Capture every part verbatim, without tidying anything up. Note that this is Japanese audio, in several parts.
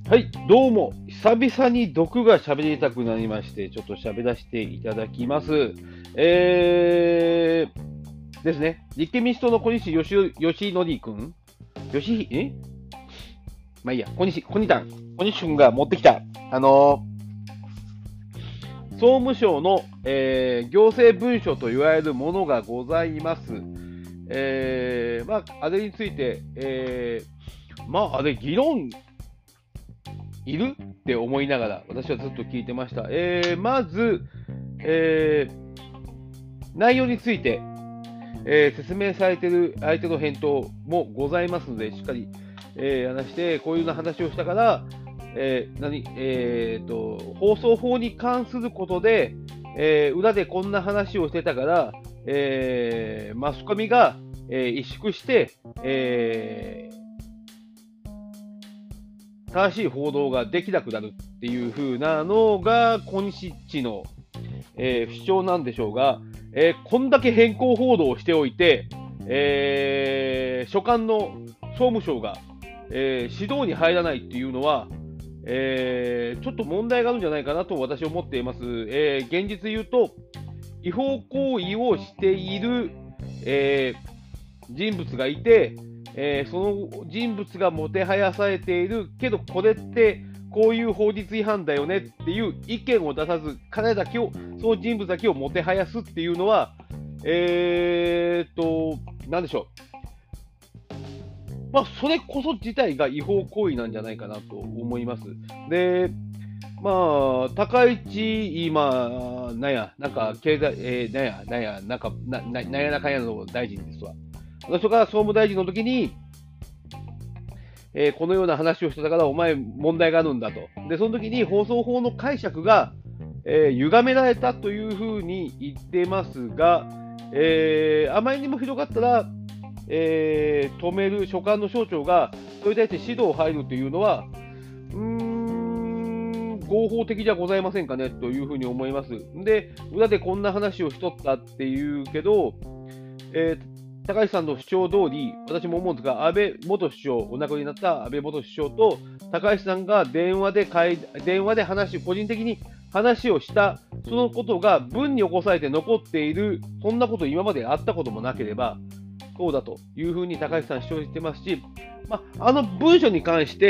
はい、どうも、久々に毒が喋りたくなりまして、ちょっと喋らせていただきます。えー、ですね、立憲民主党の小西義義則君、義えまあいいや、小西、小西たん、小西君が持ってきた、あのー総務省の、えー行政文書といわれるものがございます。えー、まあ、あれについて、えー、まあ、あれ、議論いるって思いながら、私はずっと聞いてました。えー、まず、えー内容について、えー説明されている相手の返答もございますので、しっかり、えー話して、こういうような話をしたから、えー何えーと、放送法に関することで、えー裏でこんな話をしてたから、えーマスコミが、えー萎縮して、えー正しい報道ができなくなるっていう風なのが、今日の、えー主張なんでしょうが、えーこんだけ変更報道をしておいて、えー所管の総務省が、えー指導に入らないっていうのは、えーちょっと問題があるんじゃないかなと私は思っています。えー現実言うと、違法行為をしている、えー人物がいて、えーその人物がもてはやされているけど、これってこういう法律違反だよねっていう意見を出さず、彼だけを、その人物だけをもてはやすっていうのは、えーっと、なんでしょう。まあ、それこそ自体が違法行為なんじゃないかなと思います。で、まあ、高市、今、なんや、なんか、経済、えー、なんや、なんや、なんか、な、ななんやらかんやの大臣ですわ。私が総務大臣の時に、えーこのような話をしてたから、お前、問題があるんだと。で、その時に放送法の解釈が、えー歪められたというふうに言ってますが、えーあまりにもひどかったら、えー止める所管の省庁が、それに対して指導入るというのは、うーん、合法的じゃございませんかねというふうに思います。で、裏でこんな話をしとったっていうけど、えー高橋さんの主張通り、私も思うんですが、安倍元首相、お亡くなりになった安倍元首相と高橋さんが電話で会電話で話、個人的に話をした、そのことが文に起こされて残っている、そんなこと今まであったこともなければ、そうだというふうに高橋さん主張してますし、まあ、あの文書に関して、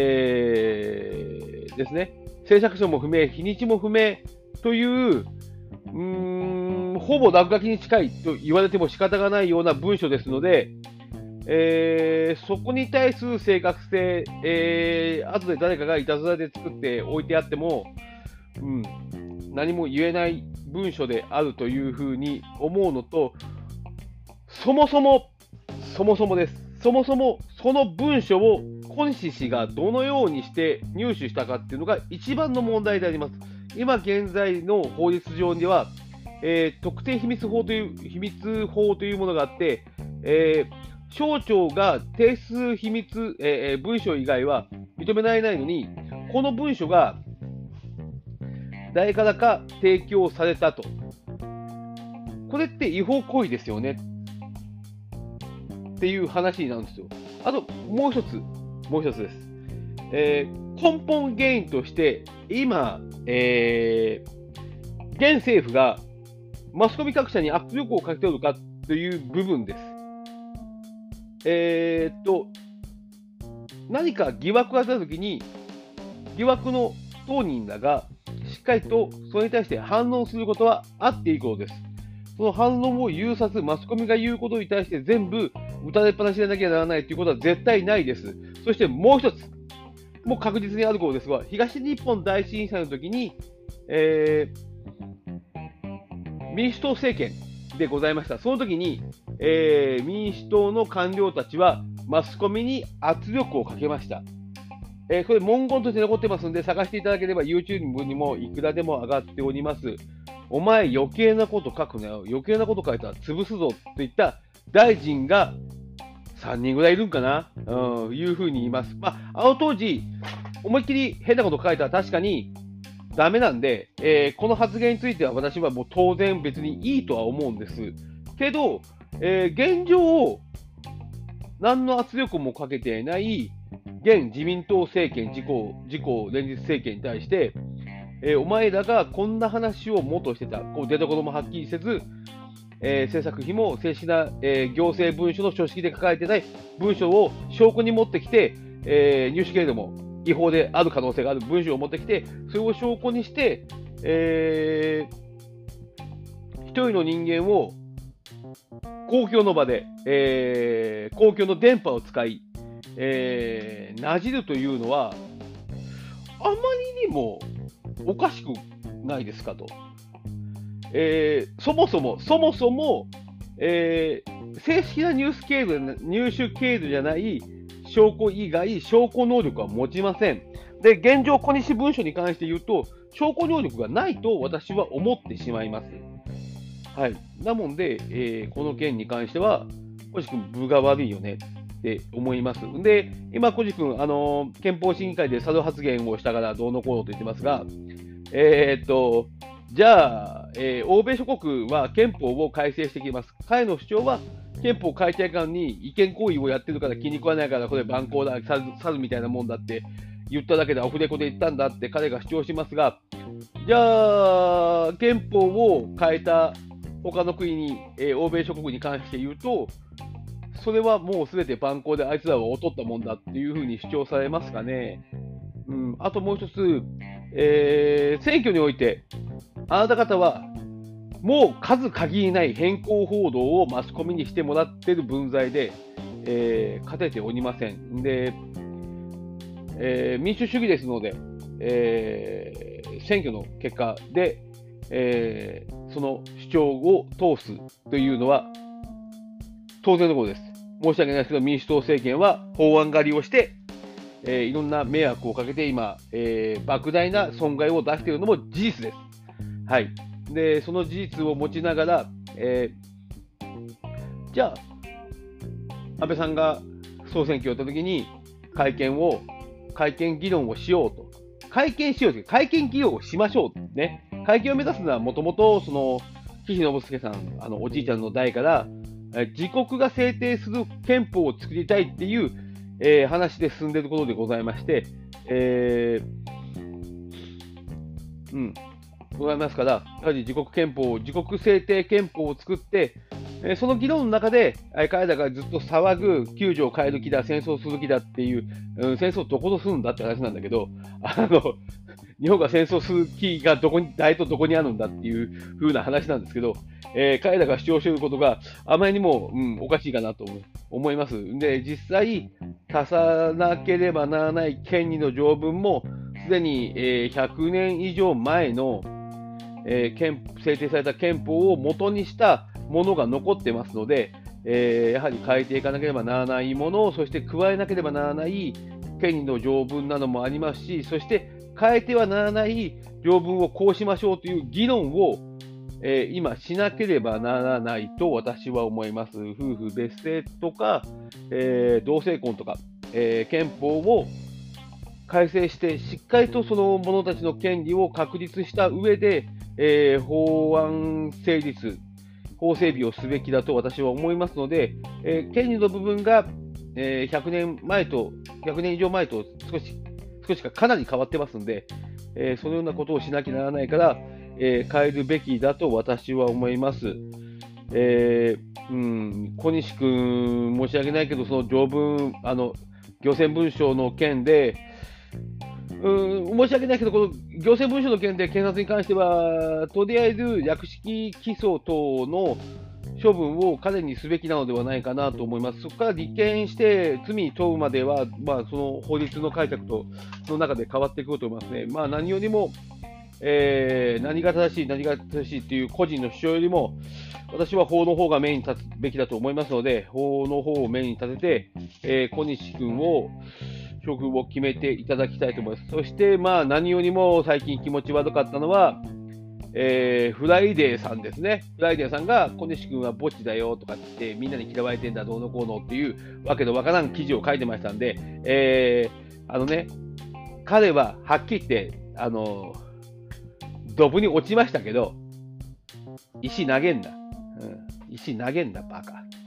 えーですね、制作者も不明、日にちも不明という、うーん、ほぼ落書きに近いと言われても仕方がないような文書ですので、えーそこに対する正確性、えー後で誰かがいたずらで作って置いてあっても、うん、何も言えない文書であるというふうに思うのと、そもそも、そもそもです。そもそもその文書を小西氏がどのようにして入手したかっていうのが一番の問題であります。今現在の法律上では、えー特定秘密法という秘密法というものがあって、えー省庁が提出秘密、えー文書以外は認められないのに、この文書が誰からか提供されたと。これって違法行為ですよねっていう話なんですよ。あと、もう一つ、もう一つです。えー根本原因として、今、えー現政府がマスコミ各社に圧力をかけておるかという部分です。えーっと、何か疑惑が出たときに、疑惑の当人らがしっかりとそれに対して反論することはあっていいことです。その反論を言うさず、マスコミが言うことに対して全部打たれっぱなしでなきゃならないということは絶対ないです。そしてもう一つ、もう確実にあることですが、東日本大震災の時に、えー民主党政権でございました。その時に、えー民主党の官僚たちはマスコミに圧力をかけました。えーこれ文言として残ってますので、探していただければ YouTube にもいくらでも上がっております。お前余計なこと書くなよ。余計なこと書いたら潰すぞといった大臣がさんにんぐらいいるんかな、うん、いうふうに言います。まあ、あの当時、思いっきり変なこと書いたら確かにダメなんで、えーこの発言については私はもう当然別にいいとは思うんです。けど、えー現状、何の圧力もかけていない、 現自民党政権、自公、自公連立政権に対して、えーお前らがこんな話を元してた、こう出所もはっきりせず、えー政策費も正式な、えー行政文書の書式で書かれてない文書を証拠に持ってきて、えー入手経路も違法である可能性がある文書を持ってきて、それを証拠にして、えー一人の人間を公共の場で、えー公共の電波を使い、えーなじるというのは、あまりにもおかしくないですかと。えーそもそも、そもそも、えー正式なニュース経路、入手経路じゃない証拠以外、証拠能力は持ちません。で、現状、小西文書に関して言うと、証拠能力がないと私は思ってしまいます。はい。なもんで、えーこの件に関しては、小西君、分が悪いよねって思います。で、今、小西君、あのー憲法審議会で佐渡発言をしたからどうのこうのと言ってますが、えーっと、じゃあ、えー欧米諸国は憲法を改正してきます。彼の主張は、憲法改定案に違憲行為をやってるから気に食わないからこれ蛮行だ、猿猿みたいなもんだって言っただけでアフレコで言ったんだって彼が主張しますが、じゃあ、憲法を変えた他の国に、えー欧米諸国に関して言うと、それはもうすべて蛮行であいつらは劣ったもんだっていうふうに主張されますかね。うん、あともう一つ、えー選挙において、あなた方はもう数限りない変更報道をマスコミにしてもらっている分際で、えー勝てておりません。で、えー民主主義ですので、えー選挙の結果で、えーその主張を通すというのは当然のことです。申し訳ないですけど、民主党政権は法案狩りをして、えーいろんな迷惑をかけて今、えー莫大な損害を出しているのも事実です。はい。で、その事実を持ちながら、えーじゃあ、安倍さんが総選挙をやったときに、会見を、会見議論をしようと。会見しようと。会見議論をしましょう。ね。会見を目指すのは、もともと、その、岸信介さん、あの、おじいちゃんの代から、えー自国が制定する憲法を作りたいっていう、えー話で進んでいることでございまして、えーうん。ございますから、やはり自国憲法、自国制定憲法を作って、えーその議論の中で、えー彼らがずっと騒ぐ、きゅう条を変える気だ、戦争する気だっていう、うん、戦争どこでするんだって話なんだけど、あの日本が戦争する気がどこに、誰とどこにあるんだっていう風な話なんですけど、えー彼らが主張していることがあまりにも、うん、おかしいかなと思い思います。で、実際、足さなければならない権利の条文も、すでに、えーひゃくねん以上前の、えー憲制定された憲法を元にしたものが残ってますので、えーやはり変えていかなければならないもの、そして加えなければならない権利の条文などもありますし、そして変えてはならない条文をこうしましょうという議論を、えー今しなければならないと私は思います。夫婦別姓とか、えー同性婚とか、えー憲法を改正して、しっかりとその者たちの権利を確立した上で、えー法案成立、法整備をすべきだと私は思いますので、えー権利の部分が、えーひゃくねんまえと、ひゃくねん以上前と少し、少しかかなり変わってますので、えーそのようなことをしなきゃならないから、えー変えるべきだと私は思います。えーうん、小西君、申し訳ないけど、その条文、あの行政文書の件で、うん、申し訳ないけど、この行政文書の件で検察に関しては、とりあえず略式起訴等の処分を彼にすべきなのではないかなと思います。そこから立件して罪に問うまでは、まあ、その法律の解釈との中で変わっていくと思いますね。まあ、何よりも、えー何が正しい、何が正しいっていう個人の主張よりも、私は法の方がメインに立つべきだと思いますので、法の方をメインに立てて、えー小西君を処遇を決めていただきたいと思います。そして、まあ、何よりも最近気持ち悪かったのは、えーフライデーさんですね。フライデーさんが小西君は墓地だよとかって、みんなに嫌われてんだ、どうのこうのっていうわけのわからん記事を書いてましたんで、えーあのね、彼ははっきり言って、あの、ドブに落ちましたけど、石投げんな。うん、石投げんな、バカって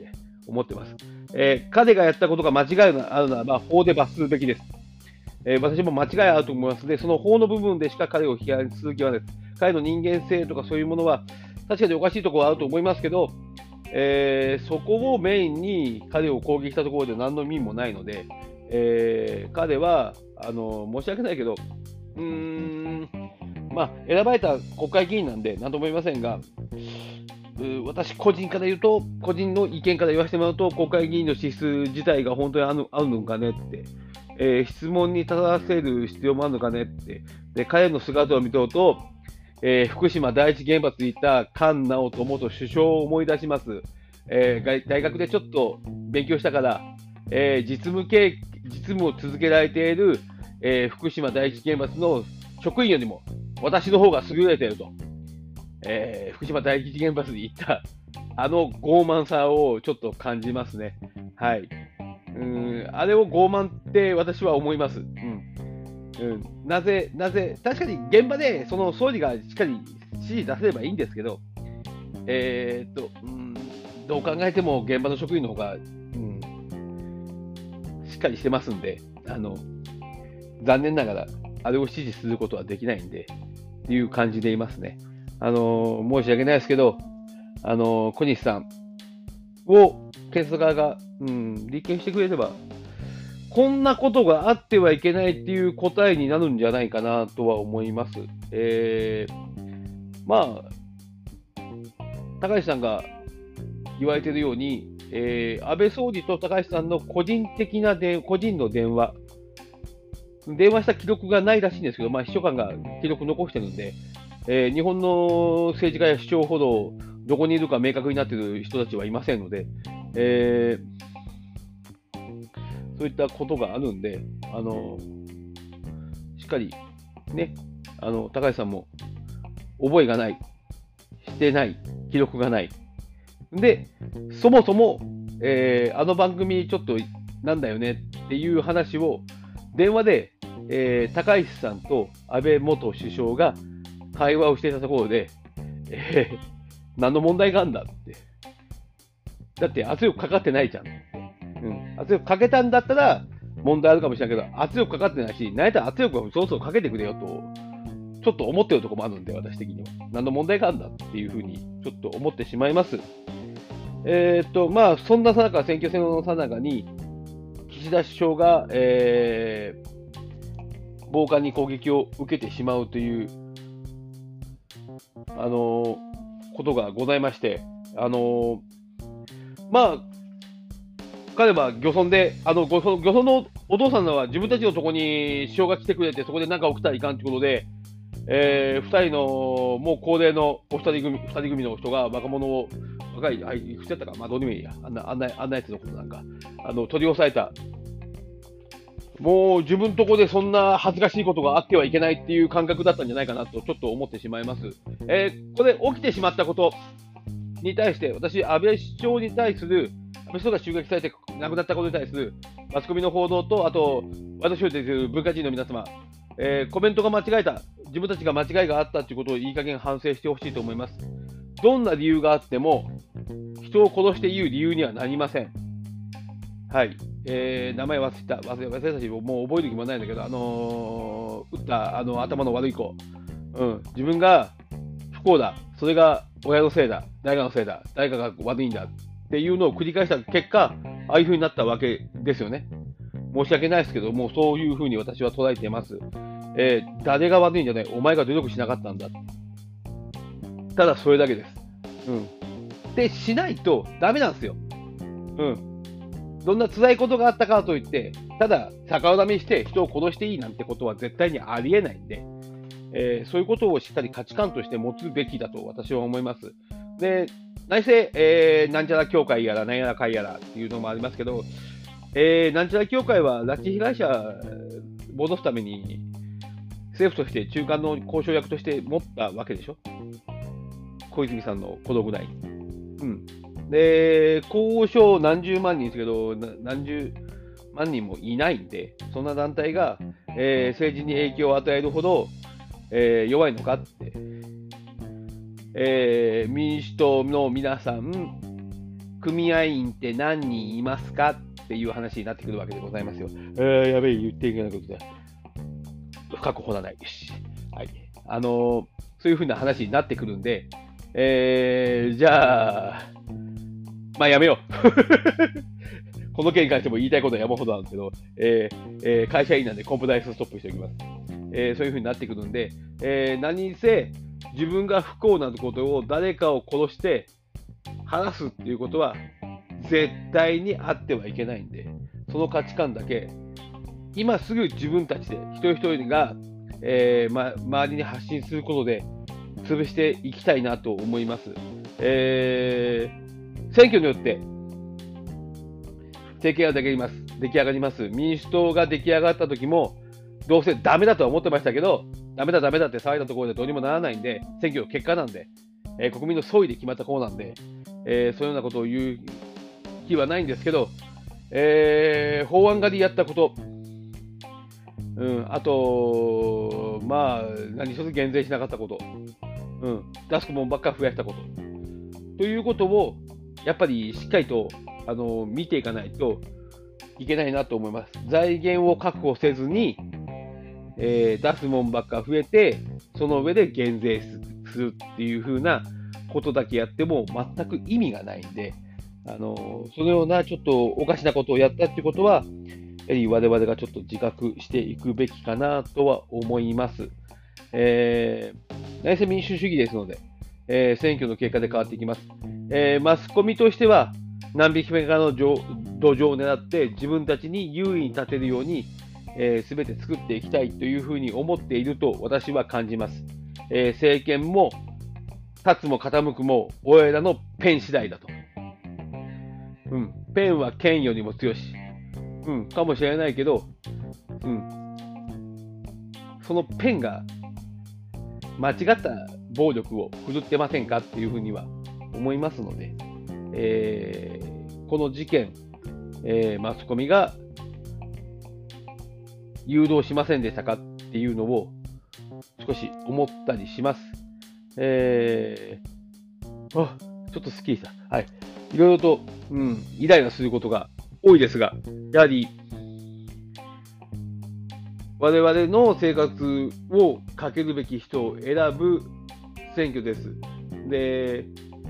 思ってます。えー彼がやったことが間違いがあるならば、法で罰するべきです。えー私も間違いあると思いますので、その法の部分でしか彼を批判する気はないです。彼の人間性とかそういうものは、確かにおかしいところはあると思いますけど、えーそこをメインに彼を攻撃したところで何の意味もないので、えー彼はあの申し訳ないけど、うーん、まあ、選ばれた国会議員なんで、なんとも言いませんが、う私個人から言うと、個人の意見から言わせてもらうと、国会議員の資質自体が本当にあるあるのかねって、えー質問に立たせる必要もあるのかねって、で彼の姿を見てると、えー福島第一原発にいた菅直人元首相を思い出します。えー大大学でちょっと勉強したから、えー実務系実務を続けられている、えー福島第一原発の職員よりも私の方が優れていると。えー福島第一原発に行ったあの傲慢さをちょっと感じますね。はい。うーん、あれを傲慢って私は思います。うん。うん、なぜ、なぜ、確かに現場でその総理がしっかり指示出せればいいんですけど、えーっと、うん、どう考えても現場の職員の方が、うん、しっかりしてますんで、あの、残念ながら、あれを指示することはできないんで、っていう感じでいますね。あの、申し訳ないですけど、あの、小西さんを検察側が、うん、立件してくれれば、こんなことがあってはいけないっていう答えになるんじゃないかなとは思います。えー、まあ、高橋さんが言われているように、えー安倍総理と高橋さんの個人的なで個人の電話、電話した記録がないらしいんですけど、まあ、秘書官が記録残してるんで、えー日本の政治家や首長ほど、どこにいるか明確になっている人たちはいませんので、えーそういったことがあるんで、あのしっかりね、あの高橋さんも覚えがない、してない、記録がない。で、そもそも、えーあの番組ちょっとなんだよねっていう話を電話で、えー高市さんと安倍元首相が会話をしていたところで、えー何の問題があるんだって。だって圧力かかってないじゃん。うん、圧力かけたんだったら問題あるかもしれないけど、圧力かかってないし、何やったら圧力をそろそろかけてくれよと、ちょっと思ってるところもあるんで、私的には。何の問題があるんだっていうふうに、ちょっと思ってしまいます。えーっと、まあ、そんなさなか、選挙戦のさなかに、岸田首相が、えー、暴漢に攻撃を受けてしまうという、あのーことがございまして、あのーまあ、彼は漁村で、あの漁村漁村のお父さんは自分たちのところに首相が来てくれて、そこで何か起きたらいかんということで、えー、ふたりのもう高齢のお二人組二人組の人が若者を、若い、あいくつやったか、まあ、どうでもいいや、あんなあんなあんなやつのことなんか、あの取り押さえた、もう自分のところでそんな恥ずかしいことがあってはいけないっていう感覚だったんじゃないかなと、ちょっと思ってしまいます。えー、これ、起きてしまったことに対して、私、安倍首相に対する、安倍首相が襲撃されて亡くなったことに対するマスコミの報道と、あと、私を出ている文化人の皆様、えーコメントが間違えた、自分たちが間違いがあったということをいい加減反省してほしいと思います。どんな理由があっても、人を殺して言う理由にはなりません。はい。えー名前忘れた、忘れ忘れたし、もう覚える気もないんだけど、あのー撃ったあの頭の悪い子、うん、自分が不幸だ、それが親のせいだ、誰かのせいだ、誰かが悪いんだっていうのを繰り返した結果、ああいう風になったわけですよね。申し訳ないですけども、そういう風に私は捉えています。えー誰が悪いんじゃない、お前が努力しなかったんだ。ただそれだけです。うん。で、しないとダメなんですよ。うん。どんな辛いことがあったからといって、ただ逆恨みして人を殺していいなんてことは絶対にありえないんで、えーそういうことをしっかり価値観として持つべきだと私は思います。で、内政、えーなんちゃら協会やら、なんやらかいやらっていうのもありますけど、えーなんちゃら協会は拉致被害者を戻すために政府として中間の交渉役として持ったわけでしょ、小泉さんの孤独内に。うん、で、交渉何十万人ですけど、な何十万人もいないんで、そんな団体が、えー政治に影響を与えるほど、えー弱いのかって、えー民主党の皆さん、 組合員って何人いますかっていう話になってくるわけでございますよ。えー、やべえ、言っていけないことだ。深く掘らない。よし。はい。あのー、そういうふうな話になってくるんで、えー、じゃあ、まあやめよう。この件に関しても言いたいことは山ほどなんですけど、えーえー、会社員なんでコンプライアンスストップしておきます。えー、そういうふうになってくるんで、えー、何にせ自分が不幸なことを誰かを殺して話すっていうことは絶対にあってはいけないんで、その価値観だけ今すぐ自分たちで一人一人が、えーま、周りに発信することで潰していきたいなと思います。えー、選挙によって政権が出来上がります。出来上がります。民主党が出来上がった時もどうせダメだとは思ってましたけど、ダメだダメだって騒いだところでどうにもならないんで、選挙の結果なんで、えー、国民の総意で決まった方なんで、えー、そういうようなことを言う気はないんですけど、えー、法案狩りやったこと、うん、あと、まあ、何一つ減税しなかったこと、うん、出すもんばっか増やしたこと、ということを、やっぱりしっかりと、あの見ていかないといけないなと思います。財源を確保せずに、えー、出すもんばっか増えて、その上で減税するっていう風なことだけやっても全く意味がないんで、あのそのようなちょっとおかしなことをやったってことは、やはり我々がちょっと自覚していくべきかなとは思います。えー、内政民主主義ですので、えー、選挙の結果で変わっていきます。えー、マスコミとしては何匹目かの土壌を狙って自分たちに優位に立てるように、えー、全て作っていきたいというふうに思っていると私は感じます。えー、政権も立つも傾くも我らのペン次第だと。うん、ペンは剣よりも強し、うん、かもしれないけど、うん、そのペンが間違った暴力を振るってませんかっていうふうには思いますので、えー、この事件、えー、マスコミが誘導しませんでしたかっていうのを少し思ったりします。えー、あ、ちょっとスッキリした。はい。いろいろと、うん、イライラすることが多いですが、やはり、我々の生活をかけるべき人を選ぶ選挙です。で、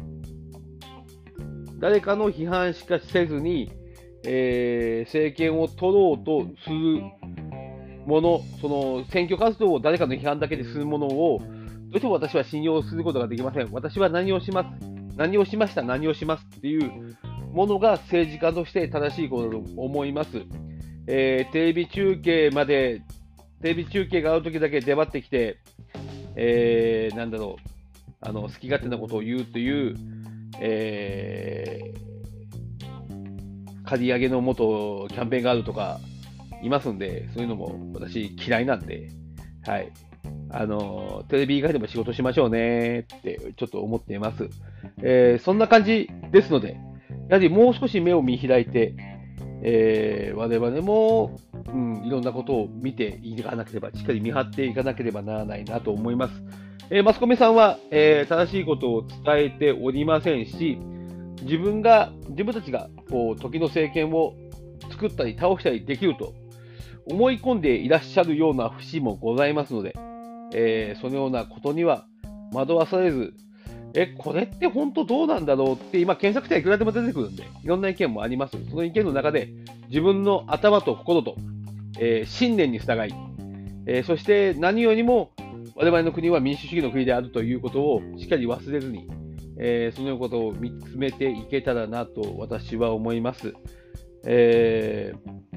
誰かの批判しかせずに、えー、政権を取ろうとするもの、その選挙活動を誰かの批判だけでするものを、どうしても私は信用することができません。私は何をします、何をしました、何をしますっていうものが政治家として正しいことだと思います。えー、テレビ中継まで、テレビ中継があるときだけ出張ってきて、えー、なんだろう、あの好き勝手なことを言うという、えー、借り上げの元キャンペーンガールとかいますんで、そういうのも私嫌いなんで、はい。あの、テレビ以外でも仕事しましょうねってちょっと思っています。えー、そんな感じですので、やはりもう少し目を見開いて、えー、我々も、うん、いろんなことを見ていかなければ、しっかり見張っていかなければならないなと思います。えー、マスコミさんは、えー、正しいことを伝えておりませんし、自分が、自分たちがこう時の政権を作ったり倒したりできると思い込んでいらっしゃるような節もございますので、えー、そのようなことには惑わされず、え、これって本当どうなんだろうって今検索したらいくらでも出てくるんで、いろんな意見もあります。その意見の中で自分の頭と心と、えー、信念に従い、えー、そして何よりも我々の国は民主主義の国であるということをしっかり忘れずに、えー、そのようなことを見つめていけたらなと私は思います。え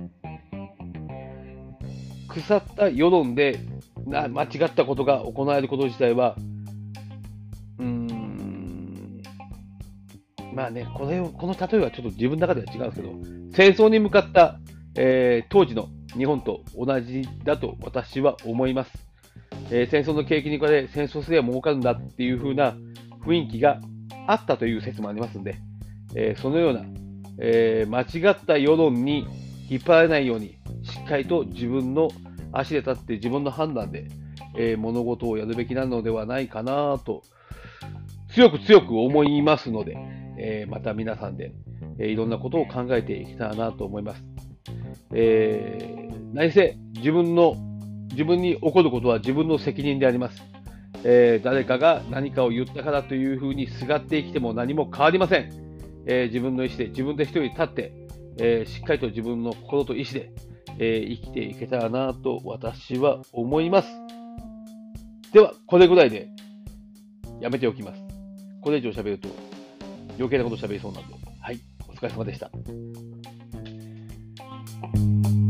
ー、腐った世論でな間違ったことが行われること自体は、うーん、まあね、これをこの例えはちょっと自分の中では違うんですけど、戦争に向かった、えー、当時の日本と同じだと私は思います。えー、戦争の景気に比べ戦争すれば儲かるんだっていう風な雰囲気があったという説もありますので、えー、そのような、えー、間違った世論に引っ張られないように、しっかりと自分の足で立って自分の判断で、えー、物事をやるべきなのではないかなと強く強く思いますので、えー、また皆さんでえーいろんなことを考えていけたらなと思います。えー何せ自分の自分に起こることは自分の責任であります。えー誰かが何かを言ったからというふうにすがって生きても何も変わりません。えー自分の意思で自分で一人立って、えーしっかりと自分の心と意思で、えー生きていけたらなと私は思います。では、これぐらいでやめておきます。これ以上喋ると余計なこと喋りそうなんで。はい、お疲れ様でした。